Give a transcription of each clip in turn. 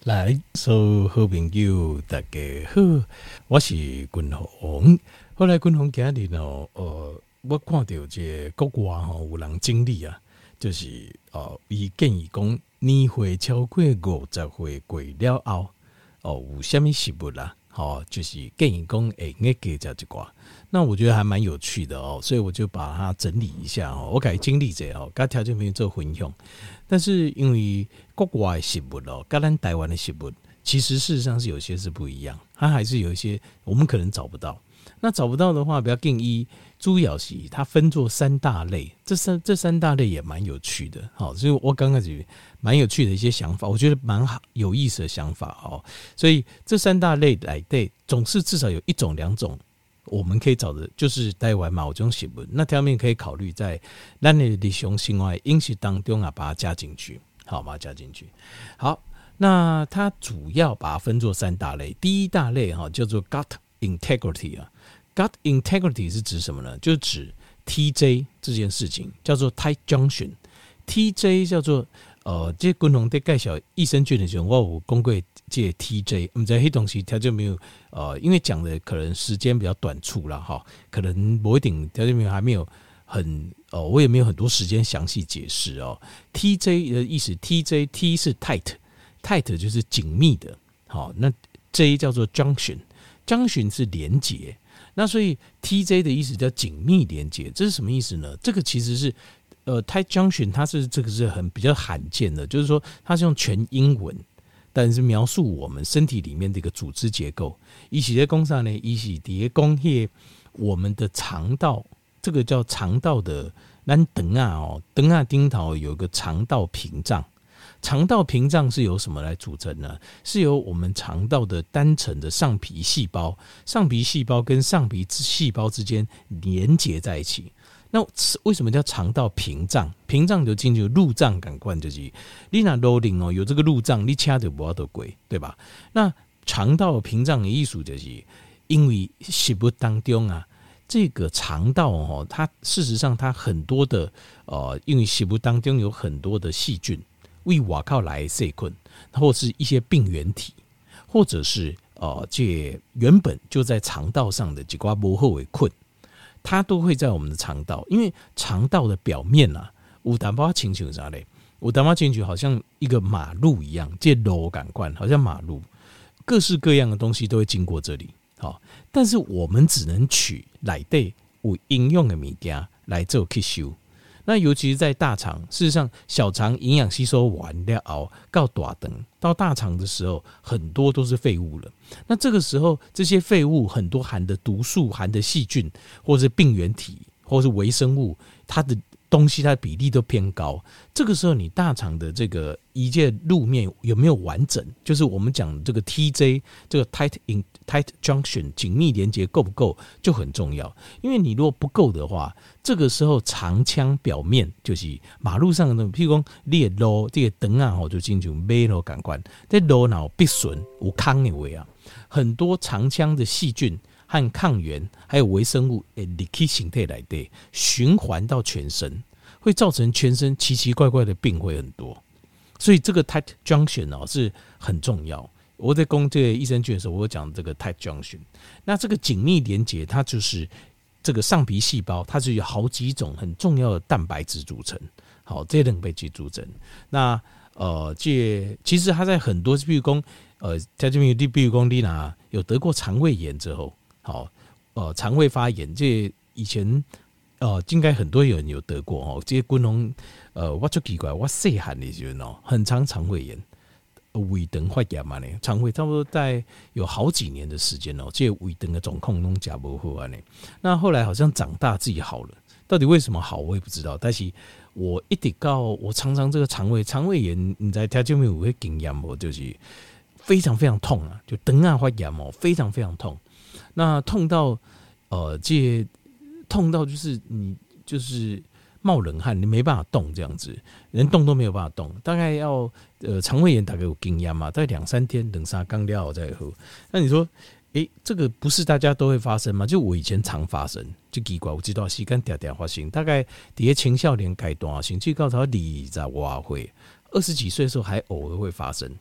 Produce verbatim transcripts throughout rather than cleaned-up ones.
来，所有好朋友大家好，我是君鸿。后来君鸿今日哦，呃，我看到这国外吼有人经历啊，就是哦，伊建议讲年岁超过五十岁过了后，哦，有虾米食物啦？哦，就是建议讲会应该加一寡。那我觉得还蛮有趣的哦，所以我就把它整理一下哦，我改经历者哦，跟条件朋友做分享。但是因为国外的食物哦，跟咱台湾的食物，其实事实上是有些是不一样，它还是有一些我们可能找不到。那找不到的话，不要建议主要是它分作三大类，这三这三大类也蛮有趣的。好，所以我刚开始蛮有趣的一些想法，我觉得蛮好有意思的想法哦。所以这三大类来对，总是至少有一种两种。我们可以找的就是台湾某种食物，那条面可以考虑在咱的日常生活饮食当中啊，把它加进去，好，把它加进去。好，那它主要把它分作三大类，第一大类哈叫做 gut integrity 啊 ，gut integrity 是指什么呢？就是指 T J 这件事情，叫做 tight junction。T J 叫做呃，这君鸿在介绍益生菌的时候，我有讲过这 T J， 不知道那东西条件没有呃，因为讲的可能时间比较短促啦哈，可能我一定条件没有还没有很哦，我也没有很多时间详细解释哦。T J 的意思 ，T J T 是 tight，tight 就是紧密的，好，那 J 叫做 junction，junction 是连结，那所以 T J 的意思叫紧密连结，这是什么意思呢？这个其实是。呃 ，tight junction 它是这个是很比较罕见的，就是说它是用全英文，但是描述我们身体里面的一个组织结构。一起在工上呢，一起在工业我们的肠道，这个叫肠道的咱肠啊哦，肠啊顶头有一个肠道屏障。肠道屏障是由什么来组成呢？是由我们肠道的单层的上皮细胞，上皮细胞跟上皮细胞之间连接在一起。那为什么叫肠道屏障？屏障就进去入障感官，就是你那 loading 哦，有这个入障，你掐就不要得鬼，对吧？那肠道屏障的意思就是，因为食物当中啊，这个肠道哦，它事实上它很多的呃，因为食物当中有很多的细菌，为外靠来细菌，或是一些病原体，或者是呃，这原本就在肠道上的几挂不好的菌。它都会在我们的肠道，因为肠道的表面啊，有淡薄亲像啥嘞？有淡薄亲像好像一个马路一样，这路感官好像马路，各式各样的东西都会经过这里。好，但是我们只能取内底有营养的物件来做吸收。那尤其是在大肠，事实上小肠营养吸收完了后，到大肠到大肠的时候，很多都是废物了。那这个时候，这些废物很多含的毒素、含的细菌，或是病原体，或是微生物，它的东西它的比例都偏高。这个时候，你大肠的这个一界路面有没有完整？就是我们讲这个 T J 这个 tight in tight junction 紧密连接够不够就很重要。因为你如果不够的话，这个时候肠腔表面就是马路上的，譬如说你的路这个灯啊，就进入马路感官，这路脑必损有坑的位啊，很多肠腔的细菌和抗原还有微生物诶，入去形态来的循环到全身，会造成全身奇奇怪怪的病会很多。所以这个 tight junction 哦是很重要。我在攻这个益生菌的时候，我有讲这个 tight junction。那这个紧密连结，它就是这个上皮细胞，它是有好几种很重要的蛋白质组成。好，这两被去组成。那呃，这其实它在很多，比如说呃，在这边，比如说你拿有得过肠胃炎之后。好，呃，肠胃发炎，这以前呃，应该很多人有得过哦。这些君鸿，呃，我就奇怪，我细汉的时候很常肠胃炎，胃肠发炎嘛呢，肠胃差不多在有好几年的时间哦，这胃肠的状况都假不好呢。那后来好像长大自己好了，到底为什么好我也不知道。但是我一直到我常常这个肠胃肠胃炎，你在听就没有会经验哦，就是非常非常痛啊，就肠啊发炎哦，非常非常痛。那痛到，呃，这痛到就是你就是冒冷汗，你没办法动这样子，连动都没有办法动。大概要呃肠胃炎大概有经验嘛，大概两三天等啥刚料再喝。那你说，诶，这个不是大家都会发生吗？就我以前常发生，就奇怪，我知道时间点点发生，大概底下青少年阶段，甚至到到二十外岁，二十几岁的时候还偶尔会发生。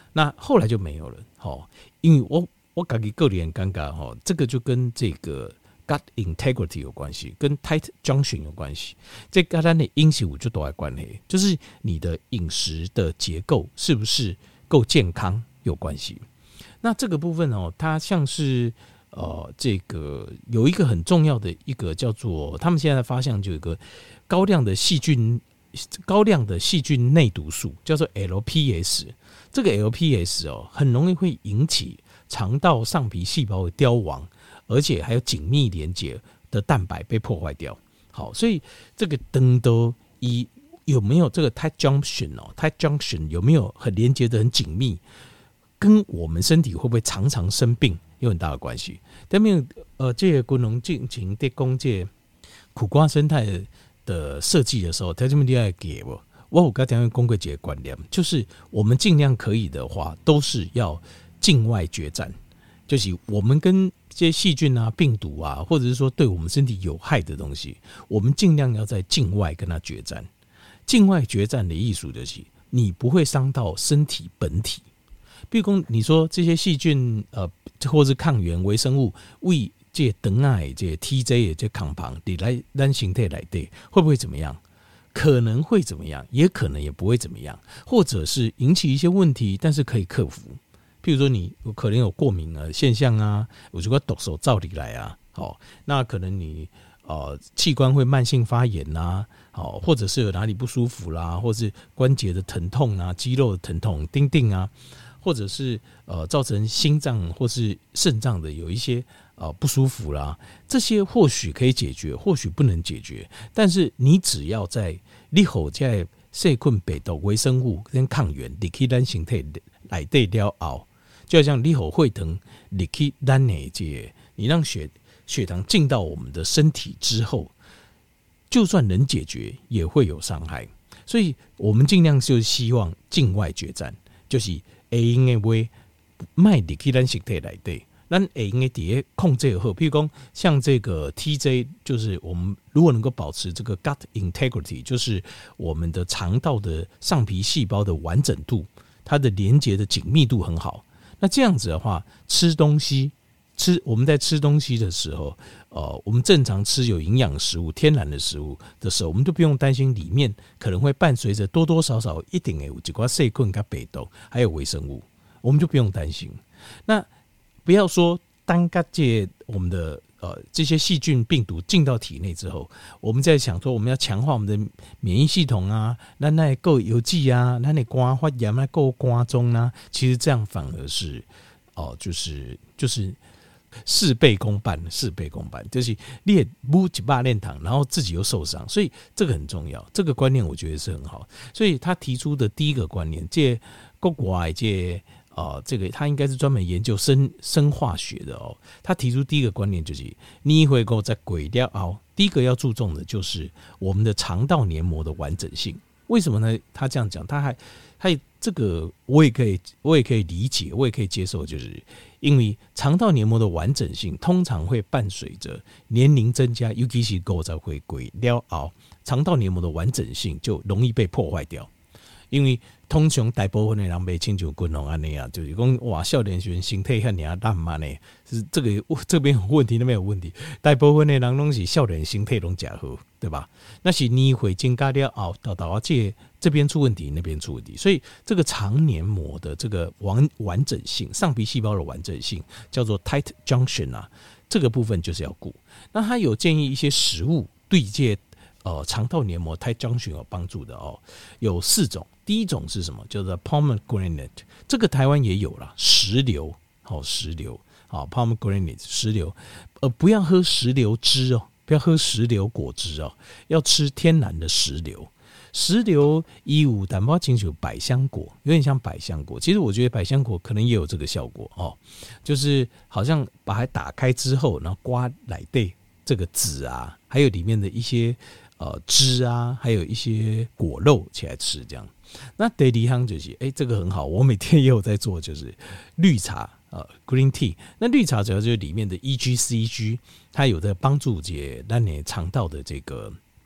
那后来就没有了，好，因为我我自己个人尴尬哈，这个就跟这个 gut integrity 有关系，跟 tight junction 有关系，这跟咱的饮食有就都有关系，就是你的饮食的结构是不是够健康有关系。那这个部分哦，它像是呃这个有一个很重要的一个叫做，他们现在的发现就有一个高量的细菌。高量的细菌内毒素叫做 L P S， 这个 L P S 哦，很容易会引起肠道上皮细胞的凋亡，而且还有紧密连接的蛋白被破坏掉。好，所以这个灯都一有没有这个 tight junction 哦 ，tight junction 有没有很连接的很紧密，跟我们身体会不会常常生病有很大的关系。但没有呃，这个功能进行对公介苦瓜生态的。的设计的时候，他这么厉害给我，我有刚才讲过一个观念，就是我们尽量可以的话，都是要境外决战，就是我们跟这些细菌啊、病毒啊，或者是说对我们身体有害的东西，我们尽量要在境外跟它决战。境外决战的艺术就是，你不会伤到身体本体。比如说，你说这些细菌呃，或是抗原微生物为这肠癌这 T J 的这抗旁你来咱形态来对会不会怎么样？可能会怎么样，也可能也不会怎么样，或者是引起一些问题，但是可以克服。譬如说你可能有过敏的现象啊，我如果抖手照理来啊，好，那可能你呃器官会慢性发炎啊，好，或者是有哪里不舒服啦，或是关节的疼痛啊，肌肉的疼痛，叮叮啊，或者是呃造成心脏或是肾脏的有一些。呃，不舒服啦，这些或许可以解决，或许不能解决。但是你只要在你口在细菌、病毒、微生物跟抗原，你去咱身体内底了后，就好像你口会疼，你去咱内界，你让血血糖进到我们的身体之后，就算能解决，也会有伤害。所以我们尽量就是希望境外决战，就是会用的话，卖你去咱身体内底。咱会用的底下控制好，譬如说像这个 T J， 就是我们如果能够保持这个 gut integrity， 就是我们的肠道的上皮细胞的完整度，它的连接的紧密度很好。那这样子的话，吃东西吃我们在吃东西的时候，呃，我们正常吃有营养食物、天然的食物的时候，我们就不用担心里面可能会伴随着多多少少一定的有几块细菌跟病毒，还有微生物，我们就不用担心。那不要说单个这我们的呃这些细菌病毒进到体内之后，我们在想说我们要强化我们的免疫系统啊，那那够有剂啊，那那肝发炎那够肝中啊，其实这样反而是哦、呃，就是就是事倍功半，事倍功半，就是你也不几把练糖，然后自己又受伤，所以这个很重要，这个观念我觉得是很好。所以他提出的第一个观念，这国外这。呃、这个他应该是专门研究生生化学的哦。他提出第一个观念就是，你会够在鬼掉熬。第一个要注重的就是我们的肠道黏膜的完整性。为什么呢？他这样讲，他还还这个我也可以，我也可以理解，我也可以接受，就是因为肠道黏膜的完整性通常会伴随着年龄增加，尤其是够在会鬼掉熬，肠道黏膜的完整性就容易被破坏掉。因为通常大部分的人没亲像君宏安尼啊，就是讲哇，少年时身体很尔烂嘛呢，是这个这边有问题，那边有问题。大部分的人拢是少年身体拢假好，对吧？那是年岁增加了后，到到啊这这边出问题，那边出问题，所以这个肠黏膜的这个完完整性，上皮细胞的完整性叫做 tight junction 啊，这个部分就是要顾。那他有建议一些食物对这呃肠道黏膜 tight junction 有帮助的哦，有四种。第一种是什么？叫做 pomegranate， 这个台湾也有啦，石榴，好石榴，好 pomegranate 石榴，呃，不要喝石榴汁哦，不要喝石榴果汁哦，要吃天然的石榴。石榴一五胆包清楚百香果，有点像百香果。其实我觉得百香果可能也有这个效果哦，就是好像把它打开之后，然后刮来对这个籽啊，还有里面的一些呃汁啊，还有一些果肉起来吃这样。那第二项就是，哎、欸，这个很好，我每天也有在做，就是绿茶，呃 ，green tea。那绿茶主要就是里面的 E G C G， 它有在帮助解让你肠道的这个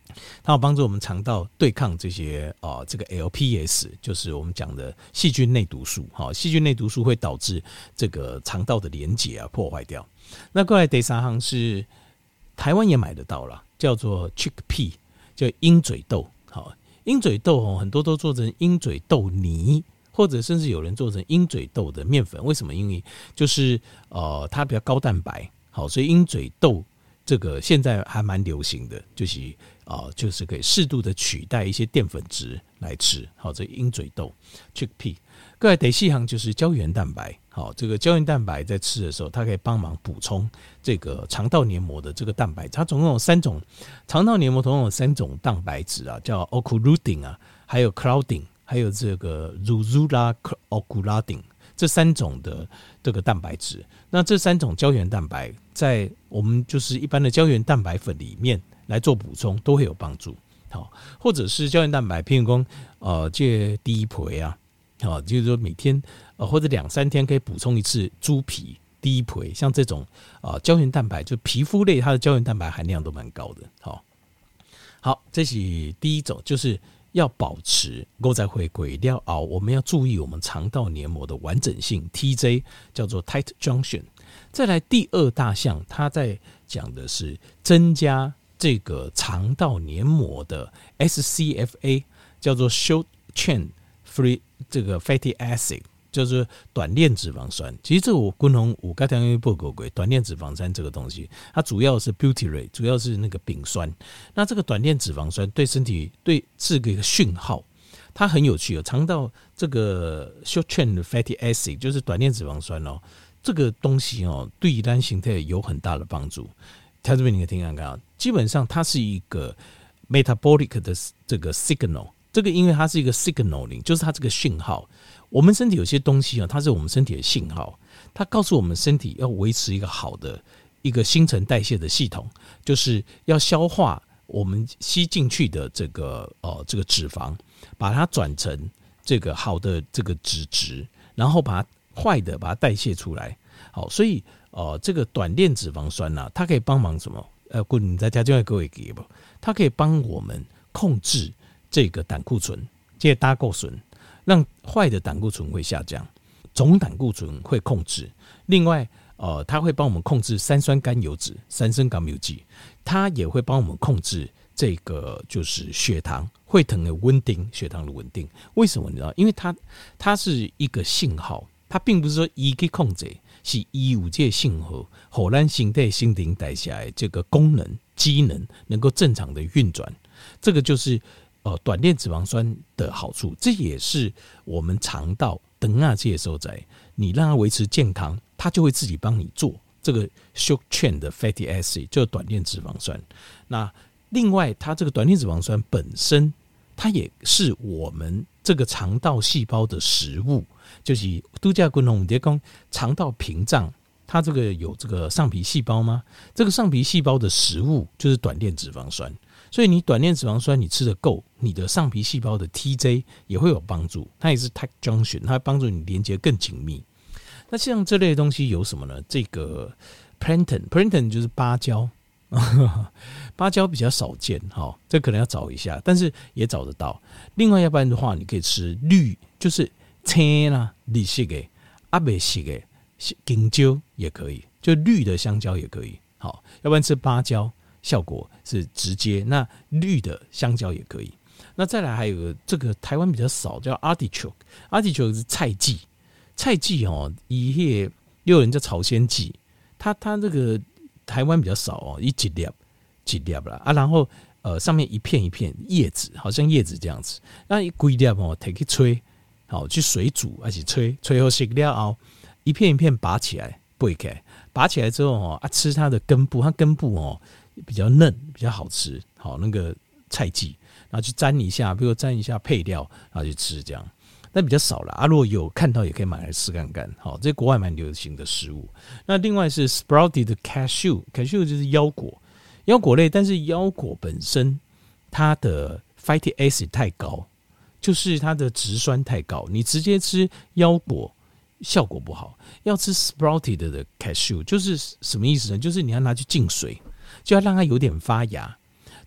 它有帮助我们肠道对抗这些呃这个 L P S， 就是我们讲的细菌内毒素。好，细菌内毒素会导致这个肠道的连结啊破坏掉。那过来第三行是台湾也买得到啦，叫做 chickpea， 叫鹰嘴豆。好，鹰嘴豆哦，很多都做成鹰嘴豆泥，或者甚至有人做成鹰嘴豆的面粉。为什么？因为就是呃它比较高蛋白，好，所以鹰嘴豆这个现在还蛮流行的，就是啊、呃，就是可以适度的取代一些淀粉质来吃。好，这鹰嘴豆 chickpea。各位第四行就是胶原蛋白。好，这个胶原蛋白在吃的时候，它可以帮忙补充这个肠道黏膜的这个蛋白质。它总共有三种，肠道黏膜总共有三种蛋白质啊，叫 occludin 啊，还有 claudin， 还有这个 rosula occludin， 这三种的这个蛋白质。那这三种胶原蛋白在我们就是一般的胶原蛋白粉里面来做补充，都会有帮助。好，或者是胶原蛋白，譬如说呃，这低培啊。好，就是说每天呃或者两三天可以补充一次猪皮、低培，像这种呃胶原蛋白，就皮肤类它的胶原蛋白含量都蛮高的。好，好，这是第一种，就是要保持勾在回归要熬，我们要注意我们肠道黏膜的完整性 ，T J 叫做 tight junction。再来第二大项，它在讲的是增加这个肠道黏膜的 S C F A， 叫做 short chain free。这个 fatty acid 就是短链脂肪酸。其实这个我君鸿有跟大家报告过，短链脂肪酸这个东西，它主要是 butyrate， 主要是那个丙酸。那这个短链脂肪酸对身体对是一个讯号，它很有趣哦。肠道这个 short chain fatty acid 就是短链脂肪酸哦，这个东西哦，对于咱形态有很大的帮助。它这边你可以听看看啊，基本上它是一个 metabolic 的这个 signal。这个因为它是一个 signaling， 就是它这个讯号。我们身体有些东西啊，它是我们身体的信号，它告诉我们身体要维持一个好的一个新陈代谢的系统，就是要消化我们吸进去的这个呃这个脂肪，把它转成这个好的这个脂质，然后把它坏的把它代谢出来。好，所以呃这个短链脂肪酸啊，它可以帮忙什么？呃，你在家就会各位给不？它可以帮我们控制这个胆固醇，这个胆固醇让坏的胆固醇会下降，总胆固醇会控制。另外，呃，它会帮我们控制三酸甘油脂、三酸甘油剂，它也会帮我们控制这个就是血糖、血糖的稳定，血糖的稳定。为什么你知道？因为它它是一个信号，它并不是说一可以控制，是一有这个信号，让咱身体新陈代谢的这个功能、机能能够正常的运转。这个就是。呃，短链脂肪酸的好处，这也是我们肠道等啊这些所在，你让它维持健康，它就会自己帮你做这个 short chain 的 fatty acid， 就是短链脂肪酸。那另外，它这个短链脂肪酸本身，它也是我们这个肠道细胞的食物，就是度假君鸿在讲肠道屏障，它这个有这个上皮细胞吗？这个上皮细胞的食物就是短链脂肪酸。所以你短链脂肪酸你吃得够，你的上皮细胞的 T J 也会有帮助，它也是 tight junction， 它会帮助你连接更紧密。那像这类的东西有什么呢？这个 plantain plantain 就是芭蕉，芭蕉比较少见，这可能要找一下，但是也找得到。另外要不然的话，你可以吃绿，就是青啦、绿色的、阿白色的香蕉也可以，就绿的香蕉也可以。好，要不然吃芭蕉。效果是直接，那绿的香蕉也可以。那再来还有个这个台湾比较少，叫 artichoke，artichoke 是菜蓟，菜蓟哦，以些也有人叫朝鲜蓟，它它这个台湾比较少哦，一几粒几粒啦啊，然后呃上面一片一片叶子，好像叶子这样子，那一规粒哦，摕去吹，好去水煮，而且吹吹后熟了后，一片一片拔起来，剥开，拔起来之后哦啊吃它的根部，它根部哦。比较嫩，比较好吃，好那个菜蓟，然后去沾一下，比如沾一下配料，然后去吃这样，但比较少了啊。如果有看到，也可以买来吃看看。好，这国外蛮流行的食物。那另外是 sprouted cashew，cashew 就是腰果，腰果类，但是腰果本身它的 fatty acid 太高，就是它的植酸太高，你直接吃腰果效果不好。要吃 sprouted 的 cashew， 就是什么意思呢？就是你要拿去浸水。就要让它有点发芽，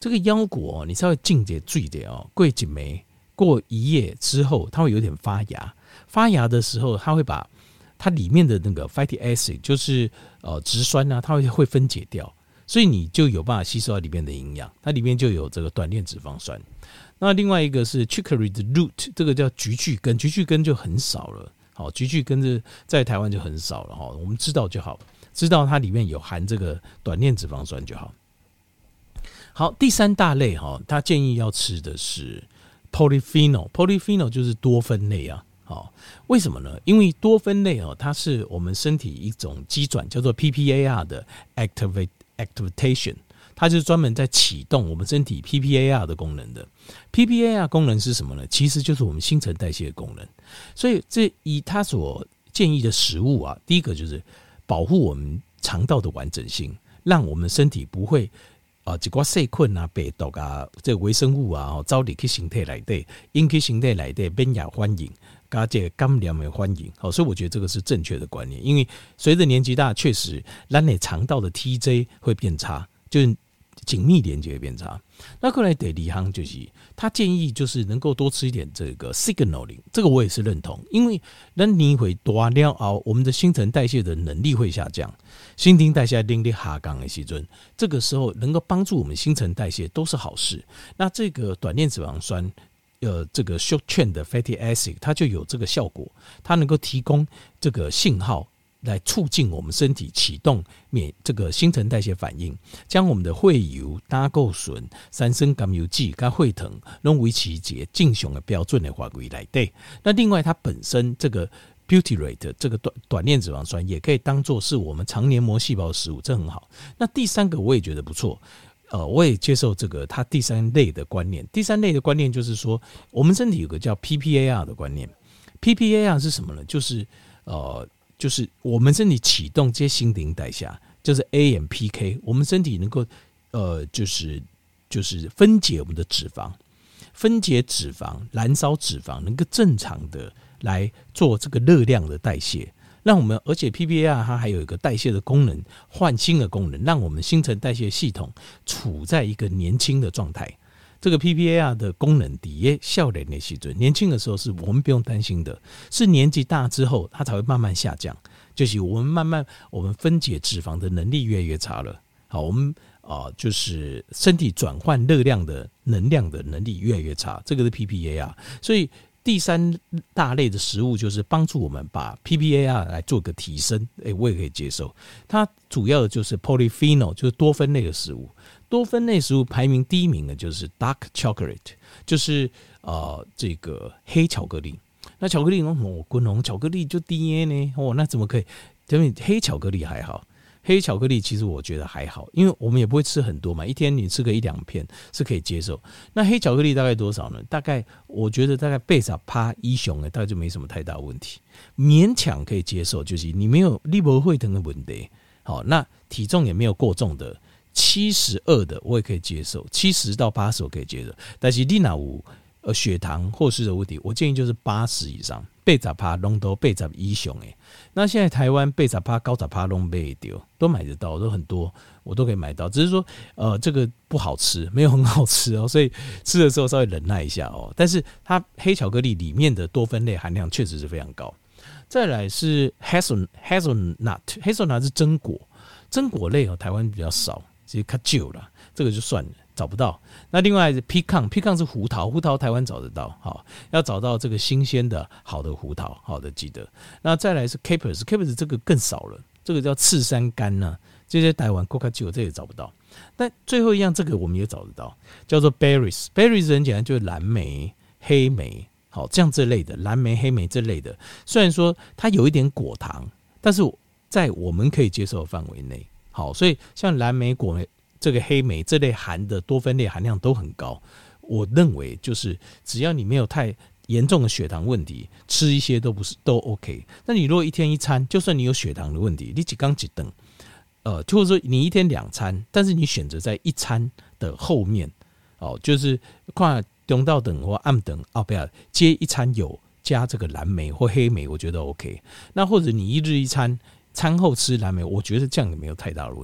这个腰果、哦、你稍微浸点水点哦，过几枚过一夜之后，它会有点发芽。发芽的时候，它会把它里面的那个 fatty acid， 就是呃植酸啊，它会会分解掉，所以你就有办法吸收到里面的营养。它里面就有这个短链脂肪酸。那另外一个是 chicory 的 root， 这个叫菊苣根，菊苣根就很少了。好，菊苣根在台湾就很少了哈，我们知道就好，知道它里面有含这个短链脂肪酸就好。好，第三大类哈，他建议要吃的是 polyphenol，polyphenol 就是多酚类啊。好，为什么呢？因为多酚类哦，它是我们身体一种机转，叫做 P P A R 的 activate activation， 它就是专门在启动我们身体 P P A R 的功能的。P P A R 功能是什么呢？其实就是我们新陈代谢的功能。所以这以他所建议的食物啊，第一个就是保护我们肠道的完整性，让我们身体不会啊，一寡细菌啊、病毒啊、这微生物啊，走入去身体内底，引起身体内底免疫反应。加这个感染的反应，好，所以我觉得这个是正确的观念。因为随着年纪大，确实咱的肠道的 T J 会变差，就是紧密连接会变差。那后来第二项就是他建议就是能够多吃一点这个 signaling， 这个我也是认同，因为咱年岁大了后，我们的新陈代谢的能力会下降，新陈代谢能力下降的时阵，这个时候能够帮助我们新陈代谢都是好事。那这个短链脂肪酸。呃，这个 short chain 的 fatty acid， 它就有这个效果，它能够提供这个信号来促进我们身体启动免这个新陈代谢反应，将我们的血油、胆固醇、三酸甘油酯跟血糖拢维持一个正常的标准的范围内底。那另外，它本身这个 butyrate 这个短短链脂肪酸也可以当作是我们肠黏膜细胞的食物，这很好。那第三个我也觉得不错。呃，我也接受这个它第三类的观念。第三类的观念就是说，我们身体有个叫 P P A R 的观念。P P A R 是什么呢？就是呃，就是我们身体启动这些新陈代谢，就是 A M P K， 我们身体能够呃，就是就是分解我们的脂肪，分解脂肪、燃烧脂肪，能够正常的来做这个热量的代谢。让我们，而且 P P A R 它还有一个代谢的功能，换新的功能，让我们新陈代谢系统处在一个年轻的状态。这个 P P A R 的功能底下少年的时候，年轻的时候是我们不用担心的，是年纪大之后它才会慢慢下降，就是我们慢慢我们分解脂肪的能力越来越差了。好，我们啊、呃、就是身体转换热量的能量的能力越来越差，这个是 P P A R。所以第三大类的食物就是帮助我们把 P P A R 来做个提升，欸、我也可以接受。它主要的就是 polyphenol， 就是多酚类的食物。多酚类食物排名第一名的就是 dark chocolate， 就是呃这个黑巧克力。那巧克力哦，滚红巧克力就 D N A 呢？哦，那怎么可以？因为黑巧克力还好。黑巧克力其实我觉得还好，因为我们也不会吃很多嘛，一天你吃个一两片是可以接受。那黑巧克力大概多少呢？大概我觉得大概八十趴以上的大概就没什么太大问题，勉强可以接受，就是你没有你没有血糖的问题，好，那体重也没有过重的，七十二的我也可以接受，七十到八十我可以接受，但是你若有呃血糖或是的问题，我建议就是八十以上，八十趴拢都八十以上的。那现在台湾八十趴、九十趴拢买得到，都买得到，都很多，我都可以买到。只是说，呃，这个不好吃，没有很好吃哦，所以吃的时候稍微忍耐一下哦。但是它黑巧克力里面的多酚类含量确实是非常高。再来是 hazel hazelnut，hazelnut 是榛果，榛果类哦，台湾比较少，其实较旧了，这个就算了。找不到。那另外是 pecan，pecan 是胡桃，胡桃台湾找得到，好，要找到这个新鲜的好的胡桃，好的记得。那再来是 capers，capers 这个更少了，这个叫赤山柑呢、啊，这些台湾 coca 酒这也找不到。但最后一样，这个我们也找得到，叫做 berries，berries 很简单，就是蓝莓、黑莓，好，这样这类的蓝莓、黑莓这类的，虽然说它有一点果糖，但是在我们可以接受的范围内，好，所以像蓝莓、果莓。这个黑莓这类含的多酚类含量都很高，我认为就是只要你没有太严重的血糖问题，吃一些都不是都 OK。那你如果一天一餐，就算你有血糖的问题，你几缸几等，呃，或者说你一天两餐，但是你选择在一餐的后面，哦，就是看中到等或暗等哦，不要接一餐有加这个蓝莓或黑莓，我觉得 OK。那或者你一日一餐，餐后吃蓝莓，我觉得这样也没有太大的问题。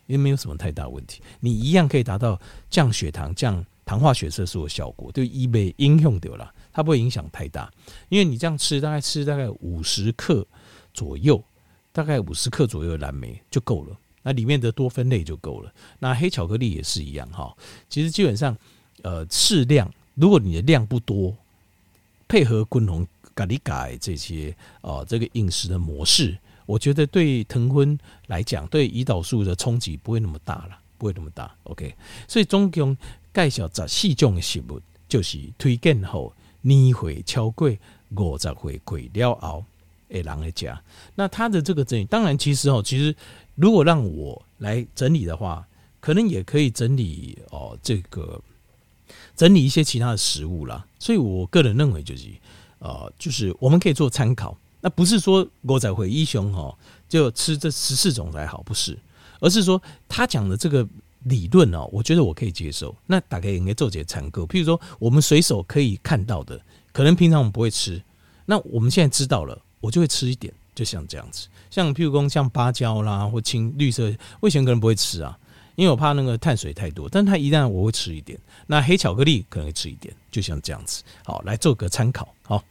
因为没有什么太大问题，你一样可以达到降血糖、降糖化血色素的效果，对医被影响掉了，它不会影响太大，因为你这样吃，大概吃大概五十克左右，大概五十克左右的蓝莓就够了，那里面的多酚类就够了。那黑巧克力也是一样哈，其实基本上呃适量，如果你的量不多，配合均衡咖喱改这些呃这个饮食的模式。我觉得对糖分来讲，对胰岛素的冲击不会那么大了，不会那么大。OK， 所以总共介绍十四种的食物，就是推荐后年岁超过五十岁过了后的人来吃。那他的这个整理，当然其实哦，其实如果让我来整理的话，可能也可以整理哦，这个整理一些其他的食物啦。所以我个人认为就是呃，就是我们可以做参考。那不是说五十岁以上哈就吃这十四种才好，不是，而是说他讲的这个理论哦，我觉得我可以接受。那大概应该做些参考，譬如说我们随手可以看到的，可能平常我们不会吃，那我们现在知道了，我就会吃一点，就像这样子。像譬如说像芭蕉啦或青绿色，我以前可能不会吃啊，因为我怕那个碳水太多，但它一旦我会吃一点。那黑巧克力可能会吃一点，就像这样子。好，来做个参考。好。